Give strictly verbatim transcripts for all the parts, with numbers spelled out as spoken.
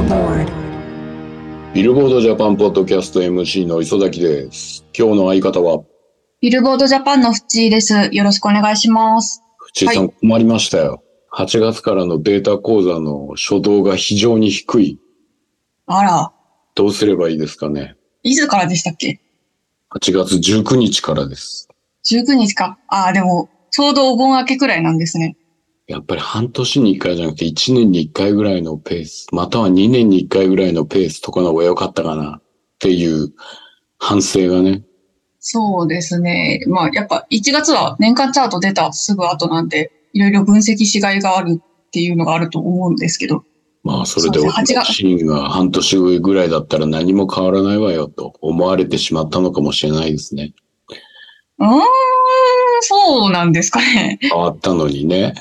aboard. ビルボードジャパンポッドキャスト エムシー の磯崎です。今日の相方はビルボードジャパンのフチーです。よろしくお願いします。 フチーさん、はい、困りましたよ。はちがつからのデータ講座の初動が非常に低い。 あら。 どうすればいいですかね。 いつからでしたっけ？ はちがつじゅうくにちからです。 じゅうくにちか。ああ、でも、ちょうどお盆明けくらいなんですね。 やっぱり半年にいっかいじゃなくていちねんにいっかいぐらいのペース、またはにねんにいっかいぐらいのペースとかの方が良かったかなっていう反省がね。 そうですね。まあやっぱいちがつは年間チャート出たすぐ後なんで、いろいろ分析しがいがあるっていうのがあると思うんですけど。 まあそれでシーンが半年ぐらいだったら何も変わらないわよと思われてしまったのかもしれないですね。 うーん、そうなんですかね。 変わったのにね。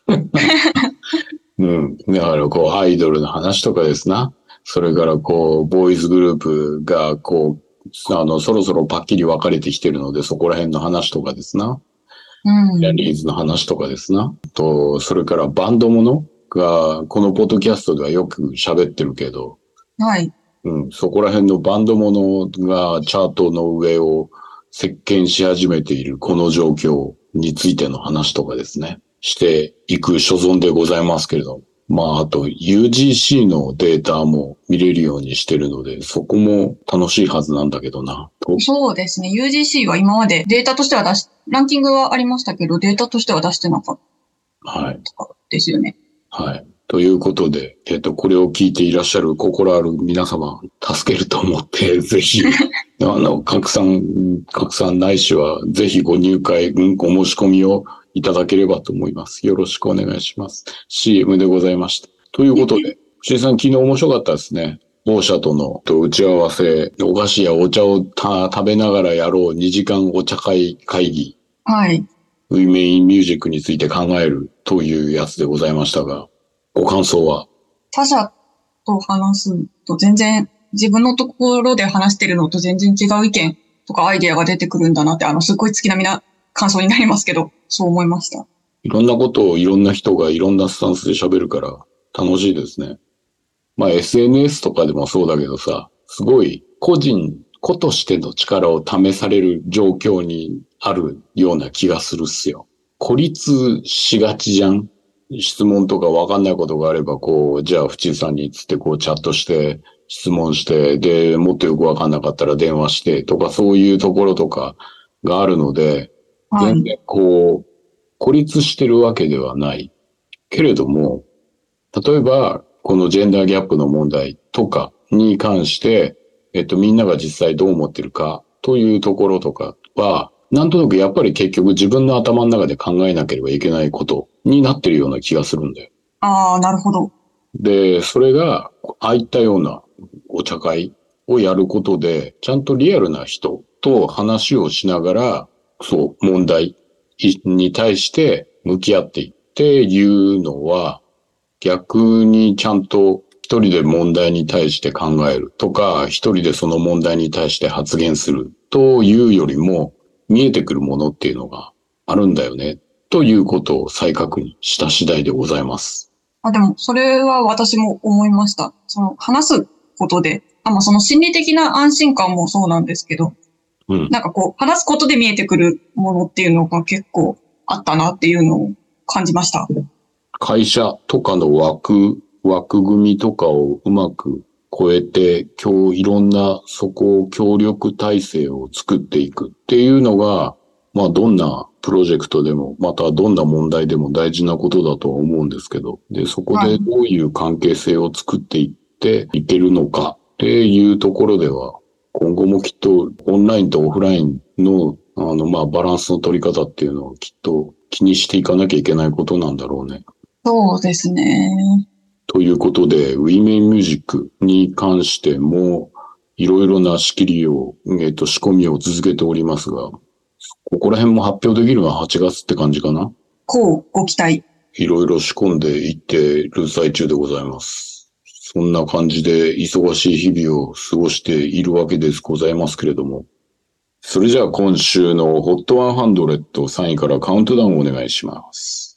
うん。だからこうアイドルの話とかですな。それからこうボーイズグループがこうあのそろそろパッキリ分かれてきてるのでそこら辺の話とかですな。 うん。 ジャニーズの話とかですな。とそれからバンドものがこのポッドキャストではよく喋ってるけど。 はい。 うん。そこら辺のバンドものがチャートの上を席巻し始めているこの状況についての話とかですね。していく所存でございますけれど。まあ、あと ユージーシー のデータも見れるようにしてるので、そこも楽しいはずなんだけどな。 そうですね。ユージーシー は今までデータとしては出し、ランキングはありましたけど、データとしては出してなかった。 はい。 ですよね。 はい。ということで、えっと、これを聞いていらっしゃる心ある皆様、助けると思って、ぜひ、あの、拡散、拡散ないしは、ぜひご入会、うん、お申し込みをいただければと思います。よろしくお願いします。シーエム でございました。ということで、藤井さん昨日面白かったですね。某社とのと打ち合わせ、お菓子やお茶をた食べながらやろうにじかんお茶会会議。 はい。 ウィメインミュージックについて考えるというやつでございましたが、ご感想は？ 他者と話すと全然、自分のところで話してるのと全然違う意見とかアイデアが出てくるんだなって、あの、すっごい月並みな感想になりますけど、そう思いました。 いろんなことをいろんな人がいろんなスタンスで喋るから楽しいですね。まあ エスエヌエス とかでもそうだけどさ、すごい個人、個としての力を試される状況にあるような気がするっすよ。孤立しがちじゃん。質問とかわかんないことがあれば、こう、じゃあ、藤井さんにつってこうチャットして、質問して、で、もっとよくわかんなかったら電話してとか、そういうところとかがあるので、 はい、 全然こう、孤立してるわけではない。けれども、例えば、このジェンダーギャップの問題とかに関して、えっと、みんなが実際どう思ってるかというところとかは、なんとなくやっぱり結局自分の頭の中で考えなければいけないことになってるような気がするんだよ。 ああ、なるほど。 で、それが、ああいったようなお茶会をやることで、ちゃんとリアルな人と話をしながら、そう、問題に対して向き合っていっていうのは、逆にちゃんと一人で問題に対して考えるとか、一人でその問題に対して発言するというよりも、見えてくるものっていうのがあるんだよね、ということを再確認した次第でございます。 あ、でも、それは私も思いました。その、話すことで、あ、まあ、その心理的な安心感もそうなんですけど、 うん。 なんかこう、話すことで見えてくるものっていうのが結構あったなっていうのを感じました。 会社とかの枠、枠組みとかをうまく超えて、今日いろんなそこを協力体制を作っていくっていうのが、まあどんなプロジェクトでも、またどんな問題でも大事なことだとは思うんですけど、で、そこでどういう関係性を作っていっていけるのかっていうところでは、今後もきっとオンラインとオフラインのあのまあバランスの取り方っていうのはきっと気にしていかなきゃいけないことなんだろうね。 そうですね。 ということで、ウィメンミュージックに関しても、いろいろな仕切りを、えっと、仕込みを続けておりますが、ここら辺も発表できるのははちがつって感じかな。 こうご期待。 いろいろ仕込んでいっている最中でございます。そんな感じで忙しい日々を過ごしているわけですございますけれども。それじゃあ今週の ホットひゃくさんいからカウントダウンをお願いします。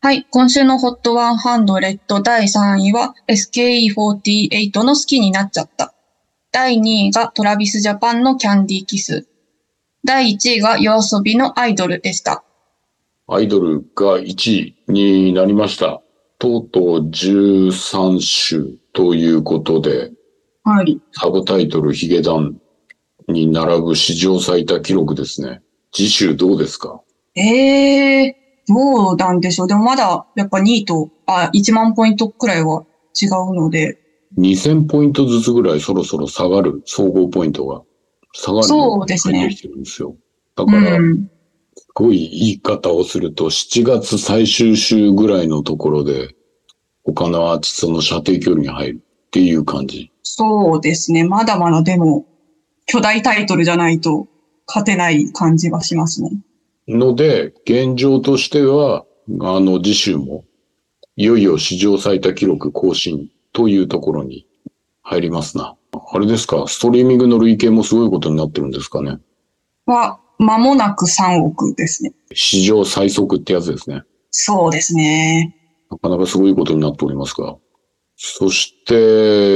はい。今週のホットひゃくだいさんいは エスケーイーフォーティーエイト の好きになっちゃった。だいにいがトラビスジャパンのキャンディーキス。だいいちいが夜遊びのアイドルでした。 アイドルがいちいになりました。とうとうじゅうさんしゅということで、 はい。 サブタイトルヒゲダンに並ぶ史上最多記録ですね。次週どうですか？ ええー、どうなんでしょう。でもまだやっぱにいと、あ、いちまんポイントくらいは違うので。 にせんポイントずつぐらいそろそろ下がる、総合ポイントが下がるよそううにですね。 入ってきてるんですよ。だうから、 ん。 すごい言い方をすると、しちがつ最終週ぐらいのところで、他のアーティストの射程距離に入るっていう感じ。 そうですね。まだまだでも、巨大タイトルじゃないと勝てない感じはしますね。 ので、現状としては、あの、次週も、いよいよ史上最多記録更新というところに入りますな。あれですか、ストリーミングの累計もすごいことになってるんですかね。 は、間もなくさんおくですね。 史上最速ってやつですね。 そうですね。 なかなかすごいことになっておりますが。そして、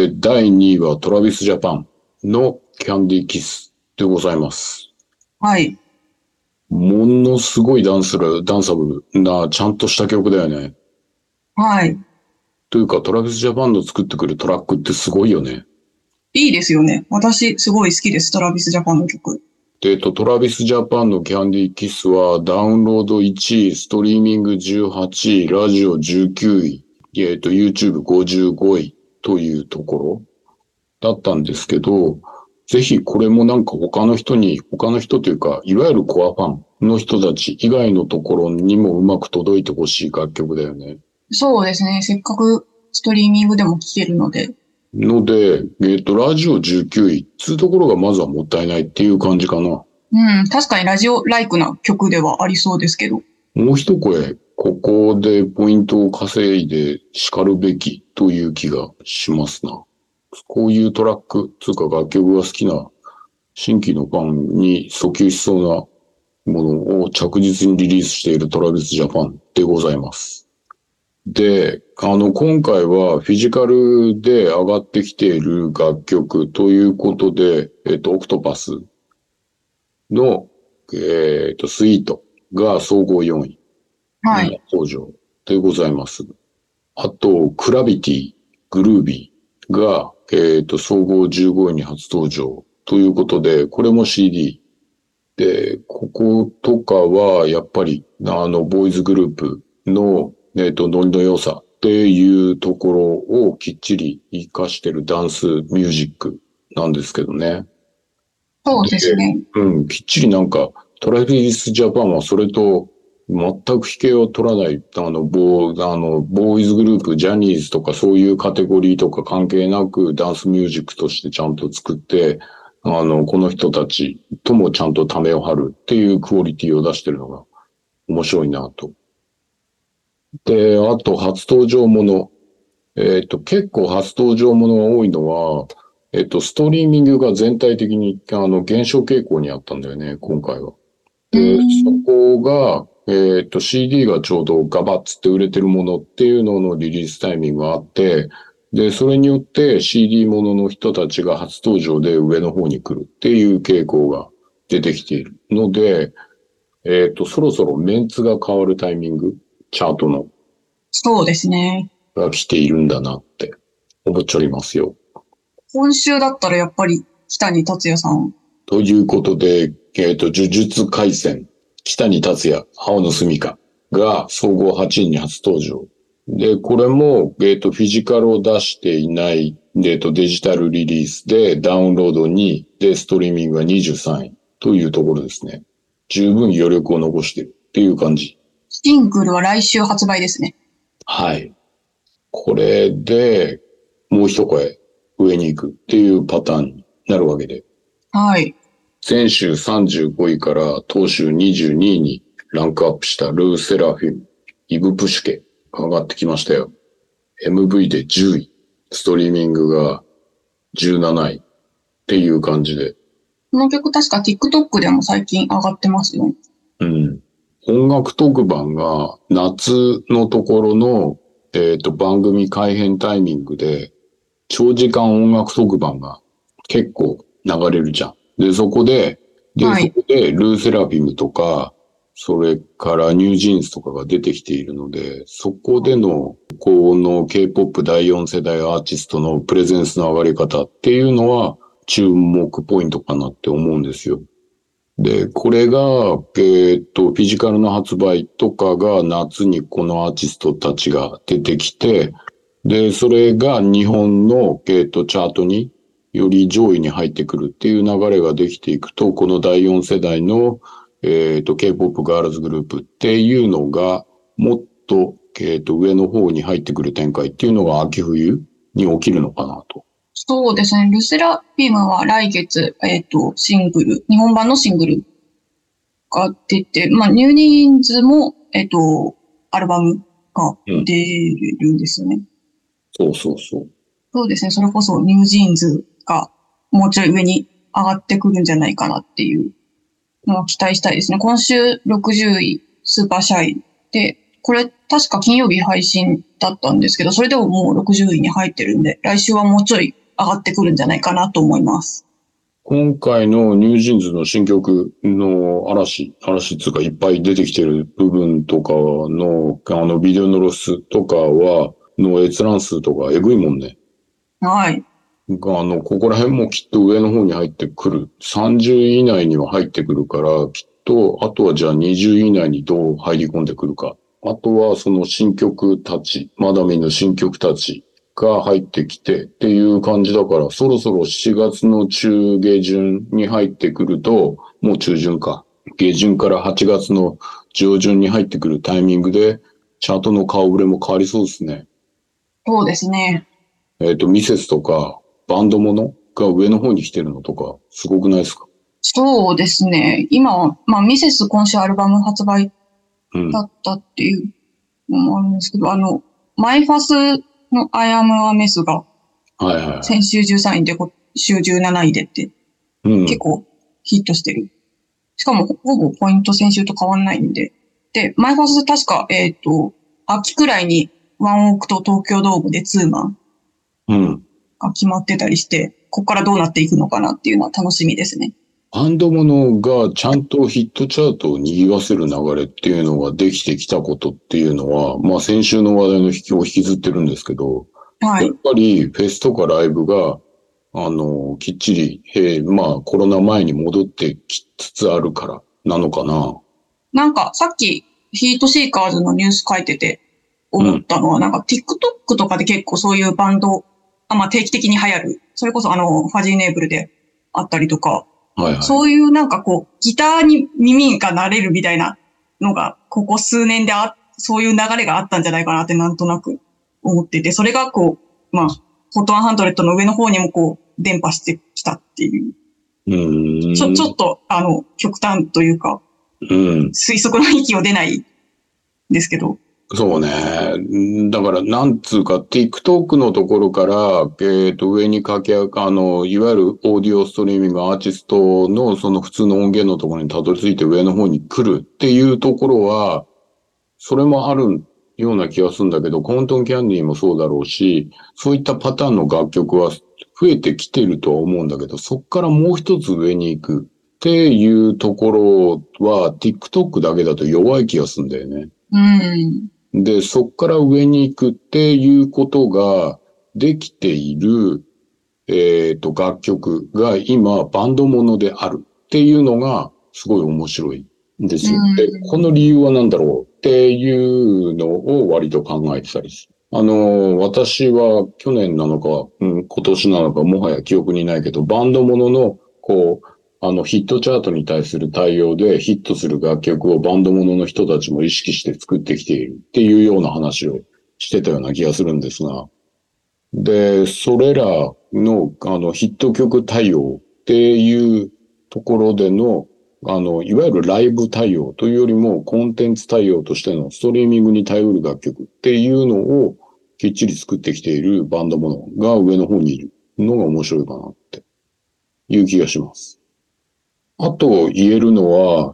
だいにいはトラビスジャパンのキャンディーキスでございます。 はい。 ものすごいダンスル、ダンサブルな、ちゃんとした曲だよね。 はい。 というか、トラビスジャパンの作ってくるトラックってすごいよね。 いいですよね。私、すごい好きです。トラビスジャパンの曲。 で、えっと、トラビスジャパンのキャンディーキスは、ダウンロードいちい、ストリーミングじゅうはちい、ラジオじゅうきゅうい、えっと、YouTubeごじゅうごいというところだったんですけど、ぜひこれもなんか他の人に、他の人というか、いわゆるコアファンの人たち以外のところにもうまく届いてほしい楽曲だよね。 そうですね。せっかくストリーミングでも聴けるので。 ので、えっと、ラジオじゅうきゅうい、つうところがまずはもったいないっていう感じかな。 うん、確かにラジオライクな曲ではありそうですけど。 もう一声、ここでポイントを稼いで叱るべきという気がしますな。こういうトラック、つうか楽曲が好きな新規のファンに訴求しそうなものを着実にリリースしているトラビスジャパンでございます。で、あの、今回はフィジカルで上がってきている楽曲ということで、えっと、オクトパスの、えっと、スイートが総合よんい。 はい。 登場でございます。あと、クラビティ、グルービーが、えっと、総合じゅうごいに初登場ということで、これも シーディー。で、こことかは、やっぱり、あの、ボーイズグループの、えっと、ノリの良さっていうところをきっちり活かしてるダンスミュージックなんですけどね。 そうですね。 うん、きっちりなんか、トラビスジャパンはそれと全く引けを取らない、あの、ボー、あの、ボーイズグループ、ジャニーズとかそういうカテゴリーとか関係なくダンスミュージックとしてちゃんと作って、あの、この人たちともちゃんとためを張るっていうクオリティを出してるのが面白いなと。で、あと初登場もの。えっと、結構初登場ものが多いのは、えっと、ストリーミングが全体的に、あの、減少傾向にあったんだよね、今回は。 うで、そん。 こが、えっと、シーディー がちょうどガバッつって売れてるものっていうののリリースタイミングがあって、で、それによって シーディー ものの人たちが初登場で上の方に来るっていう傾向が出てきているので、えっと、そろそろメンツが変わるタイミング、チャートの、 そうですね。 が来ているんだなって思っちゃいますよ。 今週だったらやっぱり北に達也さん。 ということで、えっと、呪術廻戦、北に達也、青の住処が総合はちいに初登場。で、これも、えっと、フィジカルを出していない、えっと、デジタルリリースでダウンロードに、で、ストリーミングがにじゅうさんいというところですね。十分余力を残しているっていう感じ。 シングルは来週発売ですね。 はい。これで、もう一声上に行くっていうパターンになるわけで。 はい。 先週さんじゅうごいから当週にじゅうにいにランクアップしたルー・セラフィム、イブ・プシュケが上がってきましたよ。エムブイ でじゅうい、ストリーミングがじゅうなないっていう感じで。 この曲確か TikTok でも最近上がってますよ。 うん。 音楽特番が夏のところの、えっと、番組改編タイミングで、長時間音楽特番が結構流れるじゃん。で、そこで、で、 はい。 そこでルーセラフィムとか、それからニュージーンズとかが出てきているので、そこでの、この K-ポップ だいよん世代アーティストのプレゼンスの上がり方っていうのは注目ポイントかなって思うんですよ。で、これが、えっと、フィジカルの発売とかが夏にこのアーティストたちが出てきて、で、それが日本の、えっと、チャートにより上位に入ってくるっていう流れができていくと、このだいよん世代の、えっと、K-ポップ ガールズグループっていうのが、もっと、えっと、上の方に入ってくる展開っていうのが秋冬に起きるのかなと。 そうですね。ルセラフィムは来月、えっと、シングル、日本版のシングルが出て、まあ、ニューニーンズも、えっと、アルバムが出るんですよね。 そうそうそう。 そうですね。それこそニュージーンズがもうちょい上に上がってくるんじゃないかなっていうのを期待したいですね。今週ろくじゅうい、スーパーシャイで、これ確か金曜日配信だったんですけど、それでももうろくじゅういに入ってるんで、来週はもうちょい上がってくるんじゃないかなと思います。 今回のニュージーンズの新曲の嵐、嵐っていうかいっぱい出てきてる部分とかの、あのビデオの露出とかは、の閲覧数とかえぐいもんね。 はい。 が、あの、ここら辺もきっと上の方に入ってくる。さんじゅうい以内には入ってくるから、きっと、あとはじゃあにじゅう以内にどう入り込んでくるか。あとはその新曲たち、マダミンの新曲たちが入ってきてっていう感じだから、そろそろしちがつの中下旬に入ってくると、もう中旬か。下旬からはちがつの上旬に入ってくるタイミングで、チャートの顔ぶれも変わりそうですね。 そうですね。 えっと、ミセスとか、バンドものが上の方に来てるのとか、すごくないですか？ そうですね。今、まあ、ミセス今週アルバム発売うん。 だったっていうのもあるんですけど、あの、マイファスの I am a mess がはいはいは先週じゅうさんいで、今週じゅうなないでってい。うん。 結構ヒットしてる。しかもほぼポイント先週と変わんないんで。で、マイファス確か、えっと、秋くらいにワンオークと東京ドームでツーマンうん。 が決まってたりして、ここからどうなっていくのかなっていうのは楽しみですね。 バンドものがちゃんとヒットチャートを賑わせる流れっていうのができてきたことっていうのは、まあ先週の話題の引きを引きずってるんですけど、やっはい。 ぱりフェスとかライブが、あの、きっちり、えーまあコロナ前に戻ってきつつあるからなのかな。 なんかさっきヒートシーカーズのニュース書いててうん。 思ったのは、なんか TikTok とかで結構そういうバンド、あ、まあ定期的に流行る。それこそあの、ファジーネーブルであったりとか、 はいはい。 そういうなんかこう、ギターに耳が慣れるみたいなのが、ここ数年であ、そういう流れがあったんじゃないかなってなんとなく思ってて、それがこう、まあ、ホットハンドレットの上の方にもこう、伝播してきたっていう。 うちょ、ちーん。 ょっと、あの、極端というか、 うん。 推測の域を出ないんですけど。 そうね。んだから、なんつうか、TikTok のところから、えっと、上に書き上げ、あの、いわゆるオーディオストリーミングアーティストの、その普通の音源のところにたどり着いて上の方に来るっていうところは、それもあるような気がするんだけど、コントンキャンディーもそうだろうし、そういったパターンの楽曲は増えてきてるとは思うんだけど、そっからもう一つ上に行くっていうところは、TikTok だけだと弱い気がするんだよね。 うん。 で、そっから上に行くっていうことができている、えっと、楽曲が今、バンドものであるっていうのが、すごい面白いんでうすよ。で、このん。 理由は何だろうっていうのを割と考えてたりする。あの、私は去年なのか、うん、今年なのか、もはや記憶にないけど、バンドものの、こう、あの、ヒットチャートに対する対応でヒットする楽曲をバンドものの人たちも意識して作ってきているっていうような話をしてたような気がするんですが、で、それらの、あの、ヒット曲対応っていうところでの、あの、いわゆるライブ対応というよりも、コンテンツ対応としてのストリーミングに頼る楽曲っていうのをきっちり作ってきているバンドものが上の方にいるのが面白いかなっていう気がします。あと言えるのは、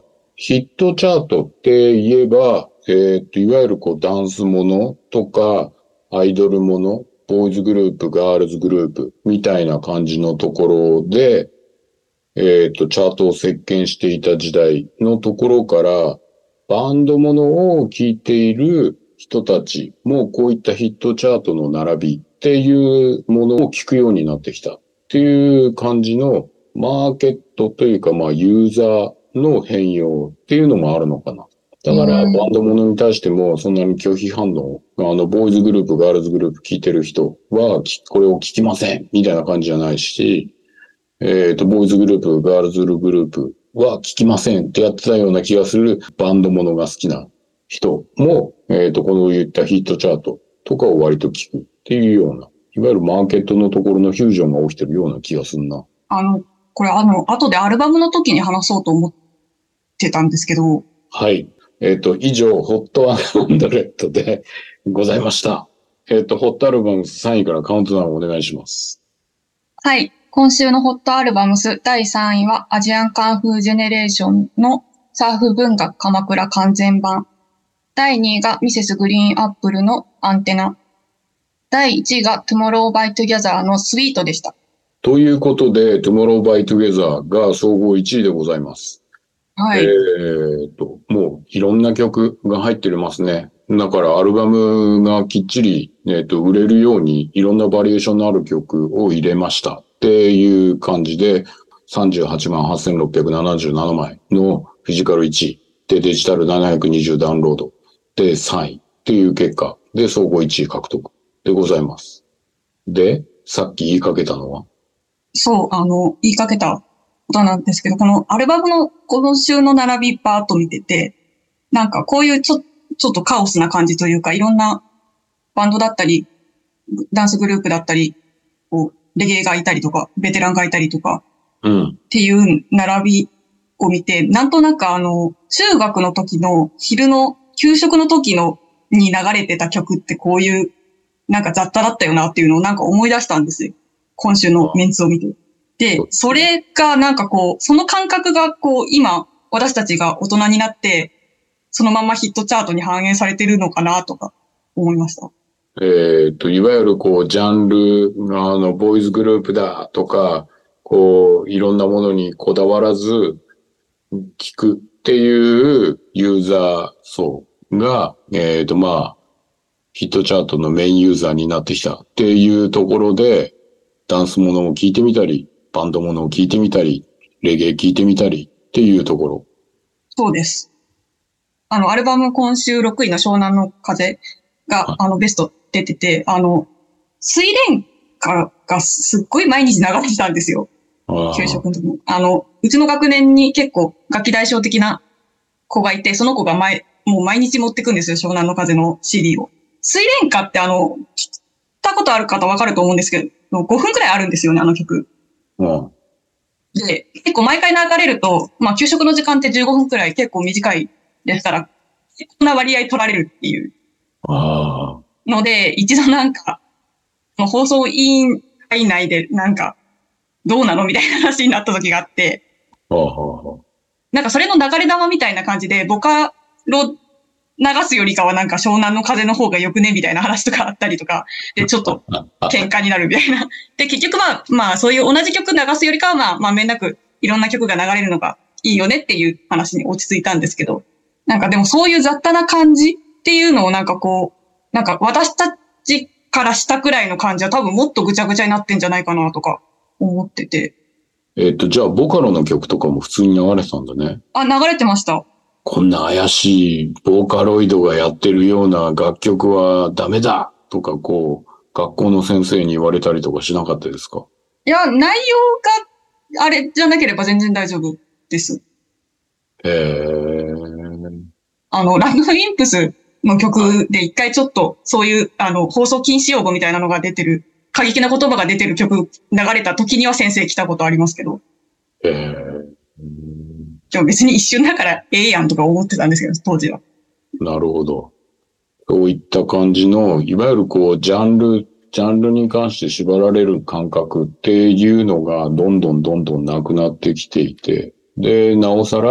ヒットチャートって言えば、えっと、いわゆるこうダンスものとか、アイドルもの、ボーイズグループ、ガールズグループみたいな感じのところで、えっと、チャートを席巻していた時代のところから、バンドものを聴いている人たちもこういったヒットチャートの並びっていうものを聞くようになってきたっていう感じのマーケットというか、まあユーザーの変容っていうのもあるのかな。だからバンドものに対してもそんなに拒否反応、あの、ボーイズグループ、ガールズグループ聞いてる人はこれを聞きませんみたいな感じじゃないし、えっと、ボーイズグループ、ガールズグループは聞きませんってやってたような気がするバンドものが好きな人も、えっと、こういったヒットチャートとかを割と聞くっていうような、いわゆるマーケットのところのフュージョンが起きてるような気がするな。 あの、これあの、後でアルバムの時に話そうと思ってたんですけど。 はい。えっと、以上、ホットアンドレットでございました。えっと、ホットアルバムさんいからカウントダウンお願いします。 はい。今週のホットアルバムスだいさんいはアジアンカンフージェネレーションのサーフ文学鎌倉完全版。だいにいがミセスグリーンアップルのアンテナ。だいいちいがトゥモローバイトゥギャザーのスイートでした。 ということで、トゥモローバイトゥゲザーが総合いちいでございます。 はい。 えーっと、もういろんな曲が入ってますね。だからアルバムがきっちり、えーっと、売れるようにいろんなバリエーションのある曲を入れましたっていう感じで、さんじゅうはちまんはっせんろっぴゃくななじゅうななまいのフィジカルいちいでデジタルななひゃくにじゅうダウンロードでさんいっていう結果で総合いちい獲得でございます。で、さっき言いかけたのはそう、あの、言いかけたことなんですけど、このアルバムの今週の並びバーっと見てて、なんかこういうちょ、ちょっとカオスな感じというか、いろんなバンドだったり、ダンスグループだったり、こう、レゲエがいたりとか、ベテランがいたりとか、 うん。 っていう並びを見て、なんとなくあの、中学の時の昼の給食の時のに流れてた曲ってこういう、なんか雑多だったよなっていうのをなんか思い出したんですよ。今週のメンツを見て。で、それがなんかこう、その感覚がこう、今、私たちが大人になって、そのままヒットチャートに反映されてるのかなとか思いました。 えっと、いわゆるこう、ジャンルが、あの、ボーイズグループだとか、こう、いろんなものにこだわらず、聞くっていうユーザー層が、えっと、まあ、ヒットチャートのメインユーザーになってきたっていうところで、ダンスものを聞いてみたり、バンドものを聞いてみたり、レゲエ聞いてみたりっていうところ。 そうです。あの、アルバム今週ろくいの湘南の風が、あの、ベスト出てて、あの、水蓮花がすっごい毎日流れてたんですよ。給食の時に。あの、うちの学年に結構ガキ大将的な子がいて、その子が毎、もう毎日持ってくんですよ、湘南の風の シーディー を。水蓮花ってあの、聞いたことある方わかると思うんですけど、ごふんくらいあるんですよね、あの曲。 うん。 で、結構毎回流れると、まあ給食の時間ってじゅうごふんくらい結構短いですから、結構な割合取られるっていうああ。 ので、一度なんか、放送委員会内でなんか、どうなのみたいな話になった時があって、 ああ。 なんかそれの流れ玉みたいな感じで、ボカロ流すよりかはなんか湘南の風の方がよくねみたいな話とかあったりとか、で、ちょっと喧嘩になるみたいな。で、結局まあ、まあそういう同じ曲流すよりかはまあ、まあめんなくいろんな曲が流れるのがいいよねっていう話に落ち着いたんですけど、なんかでもそういう雑多な感じっていうのをなんかこう、なんか私たちからしたくらいの感じは多分もっとぐちゃぐちゃになってんじゃないかなとか思ってて。 えっと、じゃあ、ボカロの曲とかも普通に流れてたんだね。 あ、流れてました。 こんな怪しいボーカロイドがやってるような楽曲はダメだとか、こう、学校の先生に言われたりとかしなかったですか？ いや、内容があれじゃなければ全然大丈夫です。 へー。 あの、ラブインプスの曲で一回ちょっとそういう、あの、放送禁止用語みたいなのが出てる、過激な言葉が出てる曲流れた時には先生来たことありますけど。 へー。 でも別に一瞬だからええやんとか思ってたんですけど、当時は。 なるほど。そういった感じの、いわゆるこう、ジャンル、ジャンルに関して縛られる感覚っていうのがどんどんどんどんなくなってきていて、で、なおさら、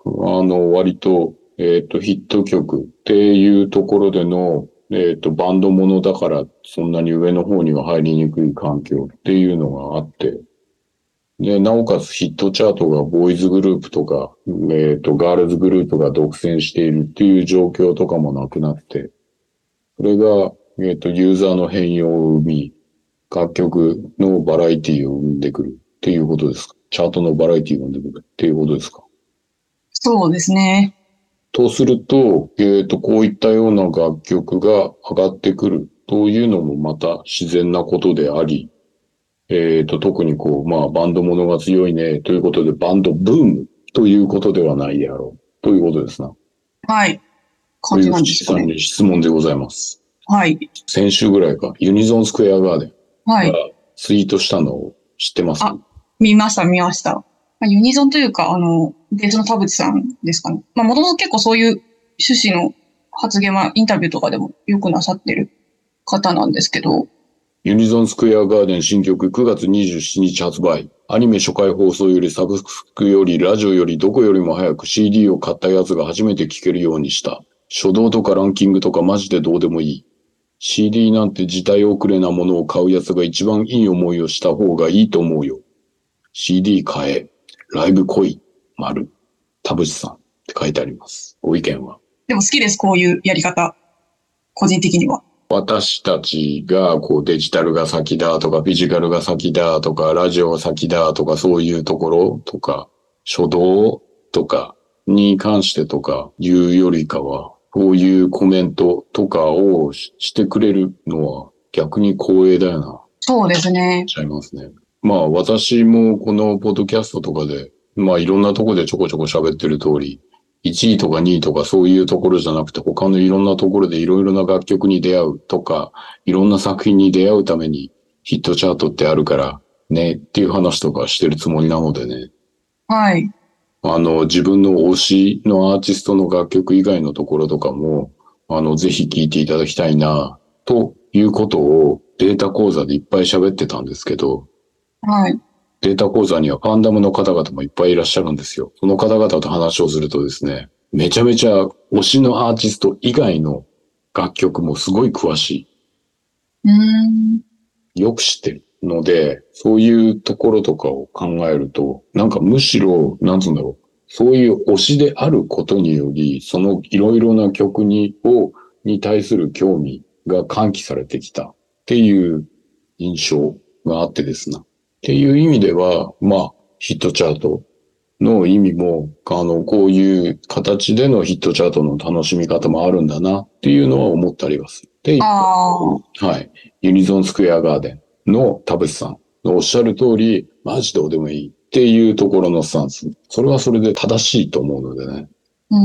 あの、割と、えっと、ヒット曲っていうところでの、えっと、バンドものだから、そんなに上の方には入りにくい環境っていうのがあって、で、なおかつヒットチャートがボーイズグループとか、えっと、ガールズグループが独占しているっていう状況とかもなくなって、それが、えっと、ユーザーの変容を生み、楽曲のバラエティを生んでくるっていうことですか？チャートのバラエティを生んでくるっていうことですか？ そうですね。 とすると、えっと、こういったような楽曲が上がってくるというのもまた自然なことであり、えっと、特にこう、まあ、バンドものが強いね、ということで、バンドブームということではないであろう、ということですな。 はい。 という感じなんですかね。 藤井さんに質問でございます。 はい。 先週ぐらいか、ユニゾンスクエアガーデンがはい。 ツイートしたのを知ってます？ あ、見ました、見ました。まあユニゾンというか、あの、別の田淵さんですかね。まあ、もともと結構そういう趣旨の発言はインタビューとかでもよくなさってる方なんですけど、 ユニゾンスクエアガーデン新曲くがつにじゅうしちにち発売。アニメ初回放送よりサブスクよりラジオよりどこよりも早く シーディー を買ったやつが初めて聴けるようにした。初動とかランキングとかマジでどうでもいい。シーディー なんて時代遅れなものを買うやつが一番いい思いをした方がいいと思うよ。シーディー 買え。ライブ来い。丸。田淵さんって書いてあります。ご意見は？ でも好きです、こういうやり方。個人的には。 私たちがこうデジタルが先だとかフィジカルが先だとかラジオが先だとかそういうところとか初動とかに関してとかいうよりかはこういうコメントとかをしてくれるのは逆に光栄だよな。 そうですね。 ちゃいますね。まあ私もこのポッドキャストとかでまあいろんなところでちょこちょこ喋ってる通りいちいとかにいとかそういうところじゃなくて他のいろんなところでいろいろな楽曲に出会うとかいろんな作品に出会うためにヒットチャートってあるからねっていう話とかしてるつもりなのでね。 はい。 あの自分の推しのアーティストの楽曲以外のところとかもあのぜひ聴いていただきたいなということをデータ講座でいっぱい喋ってたんですけど、 はい。 データ講座にはファンダムの方々もいっぱいいらっしゃるんですよ。その方々と話をするとですね、めちゃめちゃ推しのアーティスト以外の楽曲もすごい詳しうーん。 い。よく知ってるので、そういうところとかを考えると、なんかむしろ、なんつうんだろう。そういう推しであることにより、そのいろいろな曲に、を、に対する興味が喚起されてきたっていう印象があってですね。っていう意味では、まあ、ヒットチャートの意味も、あの、こういう形でのヒットチャートの楽しみ方もあるんだなっていうのは思ったりはする。で、 ああ。 はい。ユニゾンスクエアガーデンの田淵さんのおっしゃる通り、マジどうでもいいっていうところのスタンス。それはそれで正しいと思うのでね。 うん。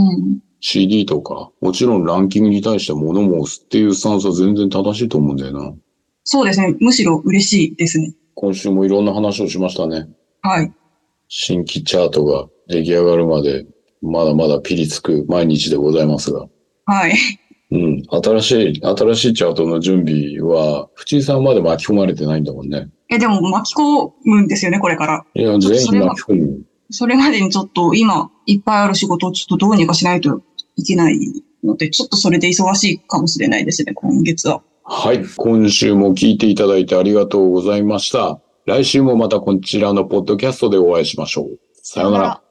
シーディー とか、もちろんランキングに対して物申すっていうスタンスは全然正しいと思うんだよな。 そうですね。むしろ嬉しいですね。 今週もいろんな話をしましたね。 はい。 新規チャートが出来上がるまで、まだまだピリつく毎日でございますが。 はい。 うん。新しい、新しいチャートの準備は、藤井さんまで巻き込まれてないんだもんね。 え、でも巻き込むんですよね、これから。 いや、全員巻き込む。 それまでにちょっと今いっぱいある仕事をちょっとどうにかしないといけないので、ちょっとそれで忙しいかもしれないですね、今月は。 はい。今週も聞いていただいてありがとうございました。来週もまたこちらのポッドキャストでお会いしましょう。さようなら。